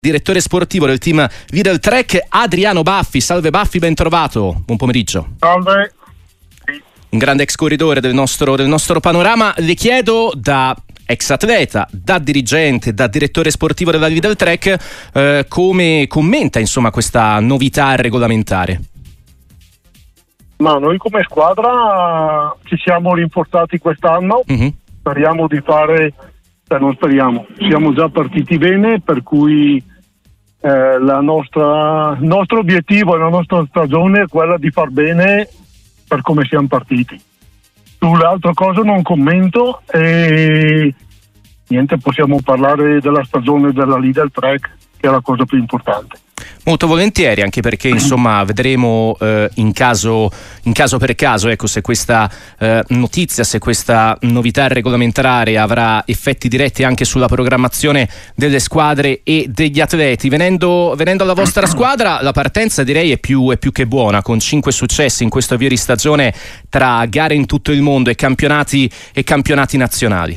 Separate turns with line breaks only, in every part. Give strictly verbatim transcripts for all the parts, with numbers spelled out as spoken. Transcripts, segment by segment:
Direttore sportivo del team Lidl Trek, Adriano Baffi. Salve Baffi, ben trovato. Buon pomeriggio.
Salve.
Un grande ex corridore del nostro, del nostro panorama. Le chiedo, da ex atleta, da dirigente, da direttore sportivo della Lidl Trek, eh, come commenta insomma questa novità regolamentare?
Ma noi come squadra ci siamo rinforzati quest'anno. Mm-hmm. Speriamo di fare, cioè non speriamo, siamo già partiti bene, per cui eh, la nostra, il nostro obiettivo e la nostra stagione è quella di far bene per come siamo partiti. Sulle altre cose non commento e niente, possiamo parlare della stagione della Lidl Trek, che è la cosa più importante.
Molto volentieri, anche perché insomma vedremo eh, in caso in caso per caso, ecco, se questa eh, notizia, se questa novità regolamentare avrà effetti diretti anche sulla programmazione delle squadre e degli atleti. Venendo, venendo alla vostra squadra, la partenza direi è più, è più che buona, con cinque successi in questo avvio di stagione tra gare in tutto il mondo e campionati e campionati nazionali.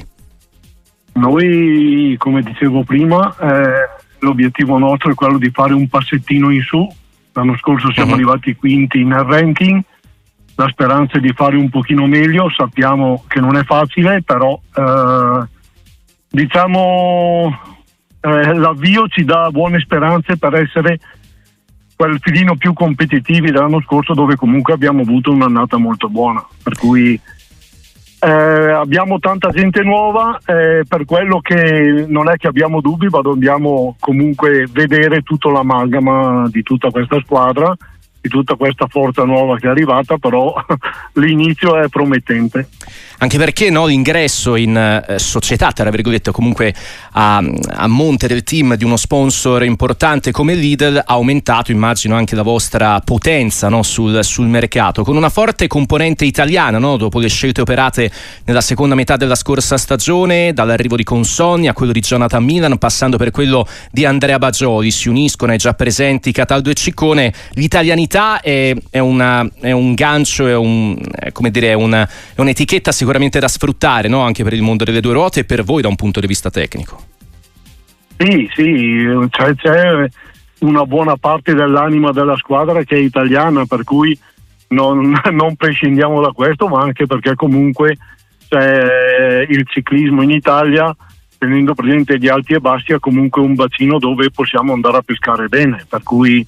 Noi, come dicevo prima, eh... l'obiettivo nostro è quello di fare un passettino in su. L'anno scorso siamo uh-huh. arrivati quinti nel ranking, la speranza è di fare un pochino meglio. Sappiamo che non è facile, però eh, diciamo eh, l'avvio ci dà buone speranze per essere quel filino più competitivi dell'anno scorso, dove comunque abbiamo avuto un'annata molto buona, per cui Eh, abbiamo tanta gente nuova, eh, per quello che non è che abbiamo dubbi, ma dobbiamo comunque vedere tutto l'amalgama di tutta questa squadra, di tutta questa forza nuova che è arrivata, però l'inizio è promettente.
Anche perché no, l'ingresso in eh, società, tra virgolette, comunque a, a monte del team di uno sponsor importante come Lidl ha aumentato, immagino, anche la vostra potenza, no, sul, sul mercato, con una forte componente italiana, no, dopo le scelte operate nella seconda metà della scorsa stagione, dall'arrivo di Consonni a quello di Jonathan Milan, passando per quello di Andrea Bagioli. Si uniscono ai già presenti Cataldo e Ciccone. L'italianità è, è, una, è un gancio, è, un, è, come dire, è, una, è un'etichetta sicuramente da sfruttare, no? Anche per il mondo delle due ruote e per voi da un punto di vista tecnico.
Sì, sì, cioè, c'è una buona parte dell'anima della squadra che è italiana, per cui non, non prescindiamo da questo, ma anche perché comunque c'è il ciclismo in Italia, tenendo presente gli alti e bassi, è comunque un bacino dove possiamo andare a pescare bene, per cui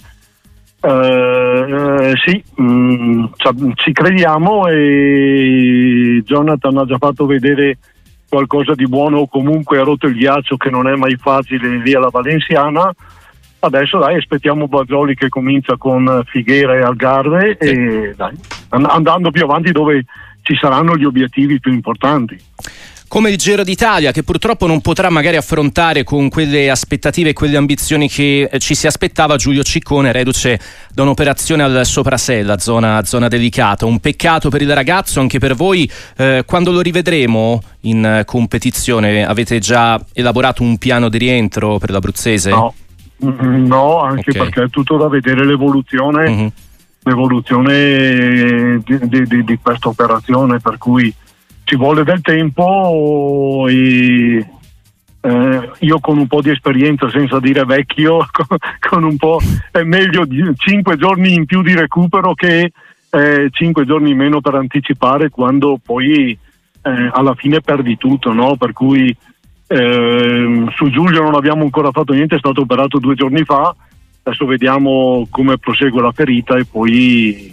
Uh, sì, mh, ci crediamo e Jonathan ha già fatto vedere qualcosa di buono, o comunque ha rotto il ghiaccio, che non è mai facile lì alla Valenziana. Adesso dai, aspettiamo Bagioli che comincia con Figuera e Algarve, sì. E dai, andando più avanti dove ci saranno gli obiettivi più importanti.
Come il Giro d'Italia, che purtroppo non potrà magari affrontare con quelle aspettative e quelle ambizioni che ci si aspettava Giulio Ciccone, reduce da un'operazione al soprasella, zona, zona delicata. Un peccato per il ragazzo, anche per voi. Eh, quando lo rivedremo in competizione, avete già elaborato un piano di rientro per l'abruzzese?
No, no, anche okay. Perché è tutto da vedere l'evoluzione, uh-huh. l'evoluzione di, di, di, di questa operazione, per cui ci vuole del tempo e eh, io con un po' di esperienza, senza dire vecchio, con, con un po' è meglio cinque giorni in più di recupero che eh, cinque giorni in meno per anticipare, quando poi eh, alla fine perdi tutto, no? Per cui eh, su Giulio non abbiamo ancora fatto niente, è stato operato due giorni fa, adesso vediamo come prosegue la ferita e poi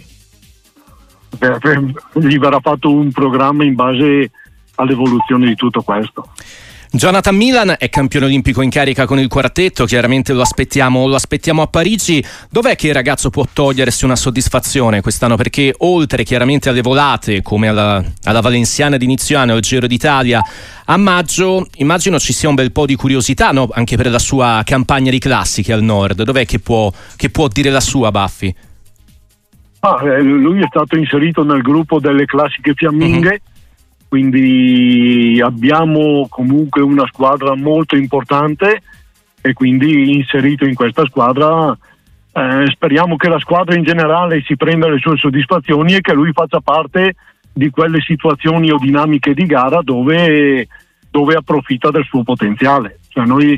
gli verrà fatto un programma in base all'evoluzione di tutto questo.
Jonathan Milan è campione olimpico in carica con il quartetto, chiaramente lo aspettiamo, lo aspettiamo a Parigi. Dov'è che il ragazzo può togliersi una soddisfazione quest'anno? Perché oltre chiaramente alle volate come alla, alla Valenziana di inizio anno, al Giro d'Italia a maggio, immagino ci sia un bel po' di curiosità, no? Anche per la sua campagna di classiche al nord. Dov'è che può, che può dire la sua, Baffi?
Ah, eh, lui è stato inserito nel gruppo delle classiche fiamminghe, mm-hmm. quindi abbiamo comunque una squadra molto importante e quindi inserito in questa squadra eh, speriamo che la squadra in generale si prenda le sue soddisfazioni e che lui faccia parte di quelle situazioni o dinamiche di gara dove, dove approfitta del suo potenziale. Cioè noi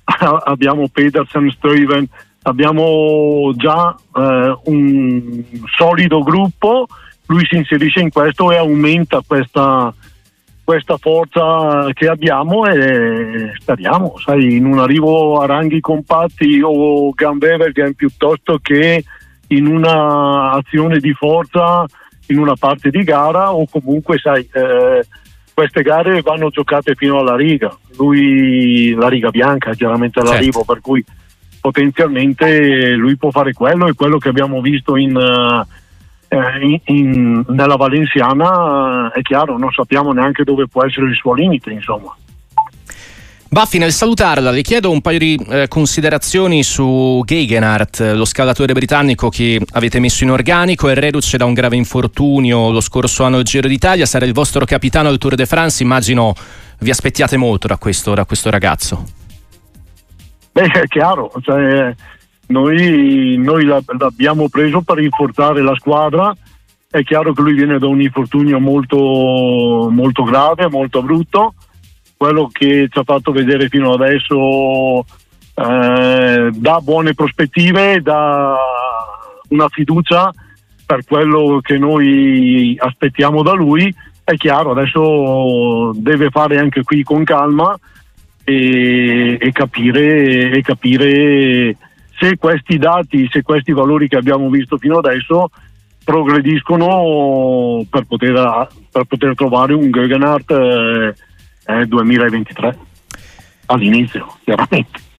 abbiamo Pedersen, Stuyven, abbiamo già eh, un solido gruppo. Lui si inserisce in questo e aumenta questa, questa forza che abbiamo, e speriamo, sai, in un arrivo a ranghi compatti o Gambevergen piuttosto che in una azione di forza in una parte di gara, o comunque sai eh, queste gare vanno giocate fino alla riga, lui la riga bianca chiaramente all'arrivo, certo. Per cui potenzialmente lui può fare quello, e quello che abbiamo visto in, eh, in, in nella Valenziana eh, è chiaro, non sappiamo neanche dove può essere il suo limite, insomma.
Baffi, nel salutarla le chiedo un paio di eh, considerazioni su Gegenhardt, lo scalatore britannico che avete messo in organico, è reduce da un grave infortunio lo scorso anno al Giro d'Italia, sarà il vostro capitano al Tour de France, immagino vi aspettiate molto da questo, da questo ragazzo.
Beh, è chiaro, cioè, noi, noi l'abbiamo preso per rinforzare la squadra, è chiaro che lui viene da un infortunio molto, molto grave, molto brutto. Quello che ci ha fatto vedere fino adesso eh, dà buone prospettive, dà una fiducia per quello che noi aspettiamo da lui. È chiaro, adesso deve fare anche qui con calma e, e, capire, e capire se questi dati, se questi valori che abbiamo visto fino adesso progrediscono per poter, per poter trovare un Gegenhardt eh, duemilaventitré all'inizio, chiaramente.